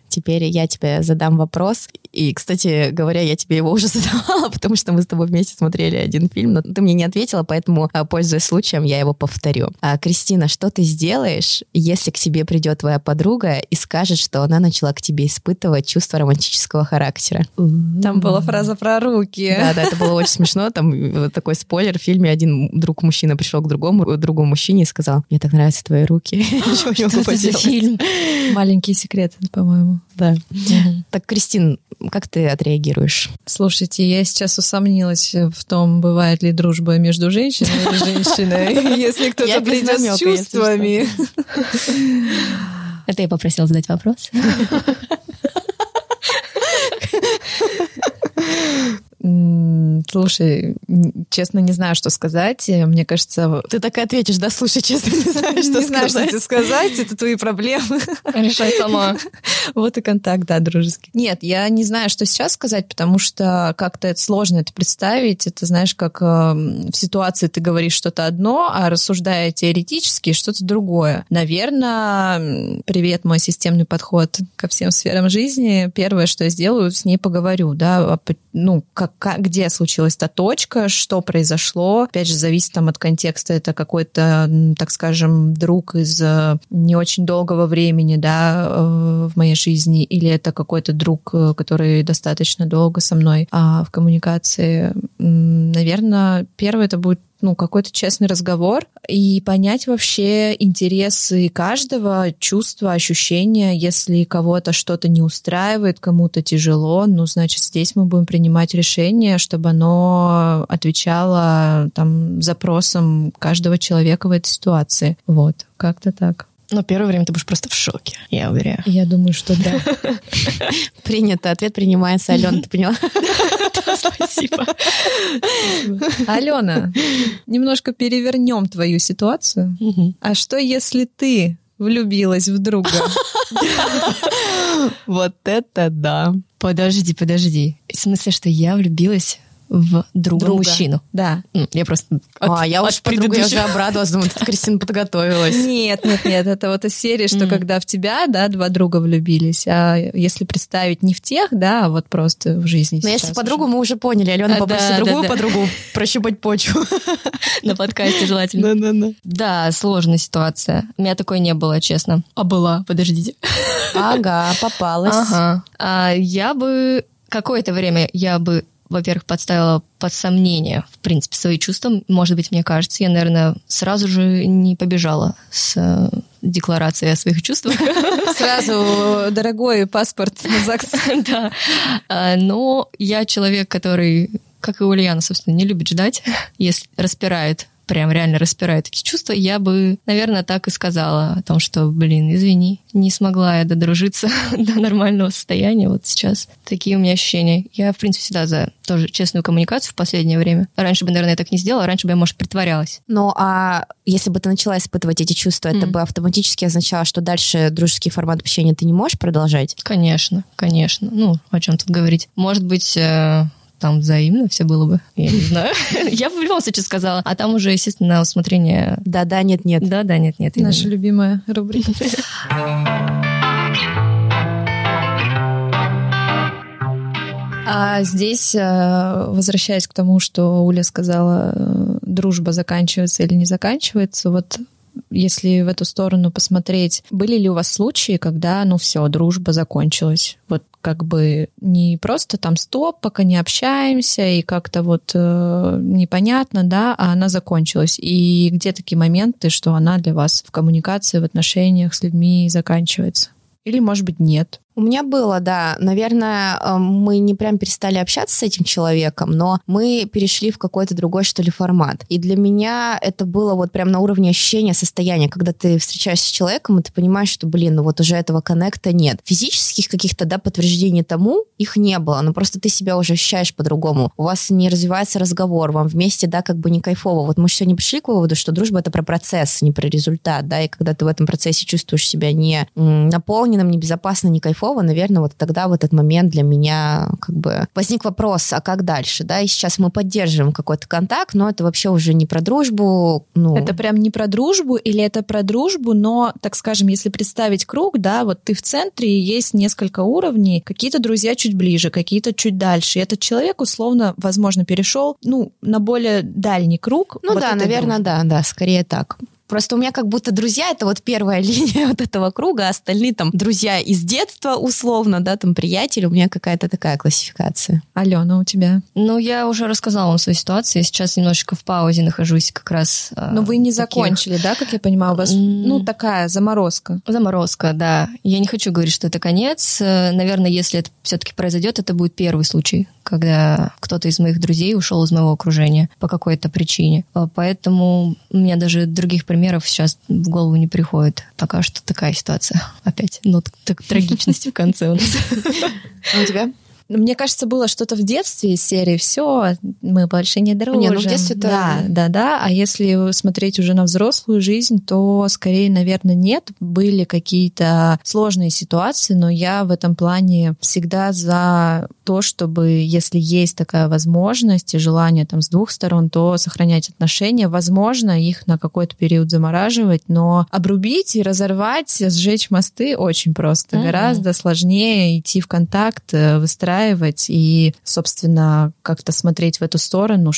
теперь я тебе задам вопрос. И, кстати говоря, я тебе его уже задавала, потому что мы с тобой вместе смотрели один фильм, но ты мне не ответила, поэтому, пользуясь случаем, я его повторю. А, Кристина, что ты сделаешь, если к тебе придет твоя подруга и скажет, что она начала к тебе испытывать чувство романтического характера? Там была фраза про руки. Да, да, это было очень смешно. Там такой спойлер. В фильме один друг мужчина пришел к другому другому мужчине и сказал: мне так нравятся твои руки. Что это за фильм? Маленькие секреты, по-моему. Да. Так, Кристин, как ты отреагируешь? Слушайте, я сейчас усомнилась в том, бывает ли дружба между женщиной или женщиной, если кто-то придет с чувствами. Это я попросила задать вопрос. Слушай, честно, не знаю, что сказать. Мне кажется... Ты так и ответишь, да? Слушай, честно, не знаю, что не сказать. знаю, что тебе сказать. Это твои проблемы. Решай сама. Вот и контакт, да, дружеский. Нет, я не знаю, что сейчас сказать, потому что как-то это сложно это представить. Это, знаешь, как в ситуации ты говоришь что-то одно, а рассуждая теоретически, что-то другое. Наверное, привет, мой системный подход ко всем сферам жизни. Первое, что я сделаю, с ней поговорю, да, ну, как, как, где случилась та точка, что произошло. Опять же, зависит там от контекста. Это какой-то, так скажем, друг из не очень долгого времени, да, в моей жизни, или это какой-то друг, который достаточно долго со мной а, в коммуникации. Наверное, первое это будет ну, какой-то честный разговор и понять вообще интересы каждого, чувства, ощущения. Если кого-то что-то не устраивает, кому-то тяжело, ну, значит, здесь мы будем принимать решение, чтобы оно отвечало там запросам каждого человека в этой ситуации. Вот, как-то так. Но первое время ты будешь просто в шоке, я уверяю. Я думаю, что да. Принято. Ответ принимается. Алена, ты поняла? Спасибо. Алена, немножко перевернем твою ситуацию. А что, если ты влюбилась в друга? Вот это да. Подожди, подожди. В смысле, что я влюбилась в друга, друга. Мужчину. Да. Я просто... От, а, я уж подруга, я уже обрадовалась, думаю, ты, Кристина, подготовилась. Нет, нет, нет, это вот из серии, что mm. когда в тебя, да, два друга влюбились, а если представить не в тех, да, а вот просто в жизни. Но если подругу мы уже поняли, Алена а, попросит да, другую да, да. подругу прощупать почву. На подкасте желательно. Да-да-да. Да, сложная ситуация. У меня такой не было, честно. А была, подождите. Ага, попалась. Ага. А я бы... Какое-то время я бы во-первых, подставила под сомнение, в принципе, свои чувства. Может быть, мне кажется, я, наверное, сразу же не побежала с декларацией о своих чувствах. Сразу дорогой паспорт на ЗАГС. Да. Но я человек, который, как и Ульяна, собственно, не любит ждать, если распирает прям реально распирает эти чувства, я бы, наверное, так и сказала о том, что, блин, извини, не смогла я додружиться до нормального состояния вот сейчас. Такие у меня ощущения. Я, в принципе, всегда за тоже честную коммуникацию в последнее время. Раньше бы, наверное, я так не сделала, раньше бы я, может, притворялась. Ну, а если бы ты начала испытывать эти чувства, mm. это бы автоматически означало, что дальше дружеский формат общения ты не можешь продолжать? Конечно, конечно. Ну, о чем тут говорить? Может быть... там взаимно все было бы, я не знаю. Я в любом случае сказала. А там уже, естественно, на усмотрение... Да-да, нет-нет. Да-да, нет-нет. Наша любимая рубрика. А здесь, возвращаясь к тому, что Уля сказала, дружба заканчивается или не заканчивается, вот если в эту сторону посмотреть, были ли у вас случаи, когда, ну все, дружба закончилась? Вот как бы не просто там стоп, пока не общаемся, и как-то вот э, непонятно, да, а она закончилась. И где такие моменты, что она для вас в коммуникации, в отношениях с людьми заканчивается? Или, может быть, нет? У меня было, да. Наверное, мы не прям перестали общаться с этим человеком, но мы перешли в какой-то другой, что ли, формат. И для меня это было вот прям на уровне ощущения, состояния, когда ты встречаешься с человеком, и ты понимаешь, что, блин, ну вот уже этого коннекта нет. Физических каких-то, да, подтверждений тому их не было, но просто ты себя уже ощущаешь по-другому. У вас не развивается разговор, вам вместе, да, как бы не кайфово. Вот мы же сегодня пришли к выводу, что дружба — это про процесс, не про результат, да, и когда ты в этом процессе чувствуешь себя не наполненным, не безопасно, не кайфово, кайфово, наверное, вот тогда в этот момент для меня как бы возник вопрос, а как дальше, да, и сейчас мы поддерживаем какой-то контакт, но это вообще уже не про дружбу, ну... Это прям не про дружбу или это про дружбу, но, так скажем, если представить круг, да, вот ты в центре, и есть несколько уровней, какие-то друзья чуть ближе, какие-то чуть дальше, и этот человек условно, возможно, перешел, ну, на более дальний круг. Ну вот да, наверное, дружбы. да, да, скорее так. Просто у меня как будто друзья — это вот первая линия вот этого круга, а остальные там друзья из детства условно, да, там приятели. У меня какая-то такая классификация. Алена, у тебя? Ну, я уже рассказала вам свою ситуацию. Я сейчас немножечко в паузе нахожусь как раз. Но вы не таких... закончили, да, как я понимаю? У вас, mm. ну, такая заморозка. Заморозка, да. Я не хочу говорить, что это конец. Наверное, если это все-таки произойдет, это будет первый случай, когда кто-то из моих друзей ушел из моего окружения по какой-то причине. Поэтому у меня даже других примеров сейчас в голову не приходит. Пока что такая ситуация. Опять нотка трагичности в конце у нас. А у тебя? Мне кажется, было что-то в детстве из серии «Все, мы больше не дружим». Не, ну в детстве-то... Да, да, да. А если смотреть уже на взрослую жизнь, то скорее, наверное, нет. Были какие-то сложные ситуации, но я в этом плане всегда за то, чтобы, если есть такая возможность и желание там с двух сторон, то сохранять отношения. Возможно, их на какой-то период замораживать, но обрубить и разорвать, сжечь мосты очень просто. Mm-hmm. Гораздо сложнее идти в контакт, выстраивать и, собственно, как-то смотреть в эту сторону,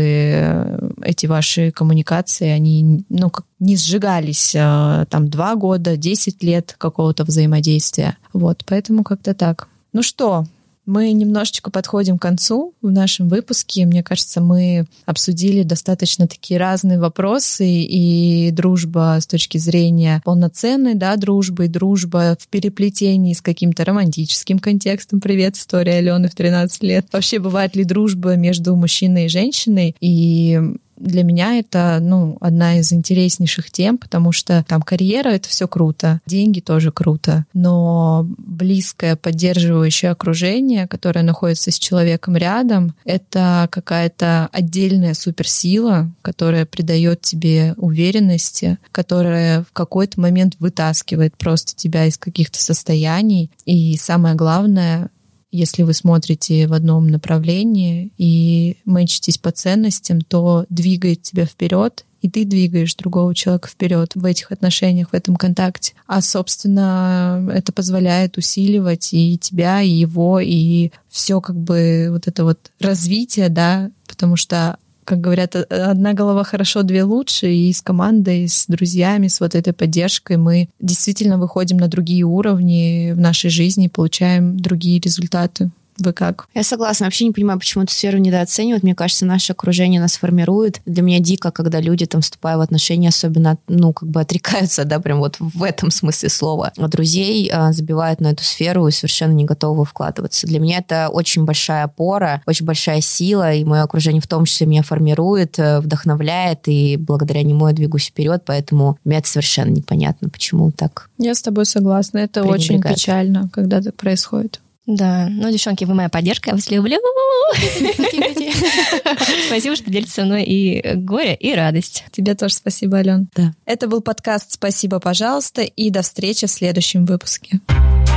чтобы эти ваши коммуникации, они, ну, как не сжигались там два года, десять лет какого-то взаимодействия. Вот, поэтому как-то так. Ну что, мы немножечко подходим к концу в нашем выпуске. Мне кажется, мы обсудили достаточно такие разные вопросы, и дружба с точки зрения полноценной, да, дружбы, и дружба в переплетении с каким-то романтическим контекстом. Привет, история Алены в тринадцать лет. Вообще, бывает ли дружба между мужчиной и женщиной? И для меня это, ну, одна из интереснейших тем, потому что там карьера — это все круто, деньги тоже круто, но близкое, поддерживающее окружение, которое находится с человеком рядом, это какая-то отдельная суперсила, которая придает тебе уверенности, которая в какой-то момент вытаскивает просто тебя из каких-то состояний. И самое главное, если вы смотрите в одном направлении и мэчитесь по ценностям, то двигает тебя вперед, и ты двигаешь другого человека вперед в этих отношениях, в этом контакте. А, собственно, это позволяет усиливать и тебя, и его, и все как бы вот это вот развитие, да, потому что, как говорят, одна голова хорошо, две лучше, и с командой, с друзьями, с вот этой поддержкой мы действительно выходим на другие уровни в нашей жизни, получаем другие результаты. Вы как? Я согласна. Вообще не понимаю, почему эту сферу недооценивают. Мне кажется, наше окружение нас формирует. Для меня дико, когда люди, там, вступая в отношения, особенно, ну, как бы отрекаются, да, прям вот в этом смысле слова. А друзей а, забивают на эту сферу и совершенно не готовы вкладываться. Для меня это очень большая опора, очень большая сила, и мое окружение в том числе меня формирует, вдохновляет, и благодаря нему я двигаюсь вперед, поэтому мне это совершенно непонятно, почему так. Я с тобой согласна. Это очень печально, когда так происходит. Да, ну, девчонки, вы моя поддержка, я вас люблю. Спасибо, что делитесь со мной и горе, и радость. Тебе тоже спасибо, Ален. Да. Это был подкаст «Спасибо, пожалуйста», и до встречи в следующем выпуске.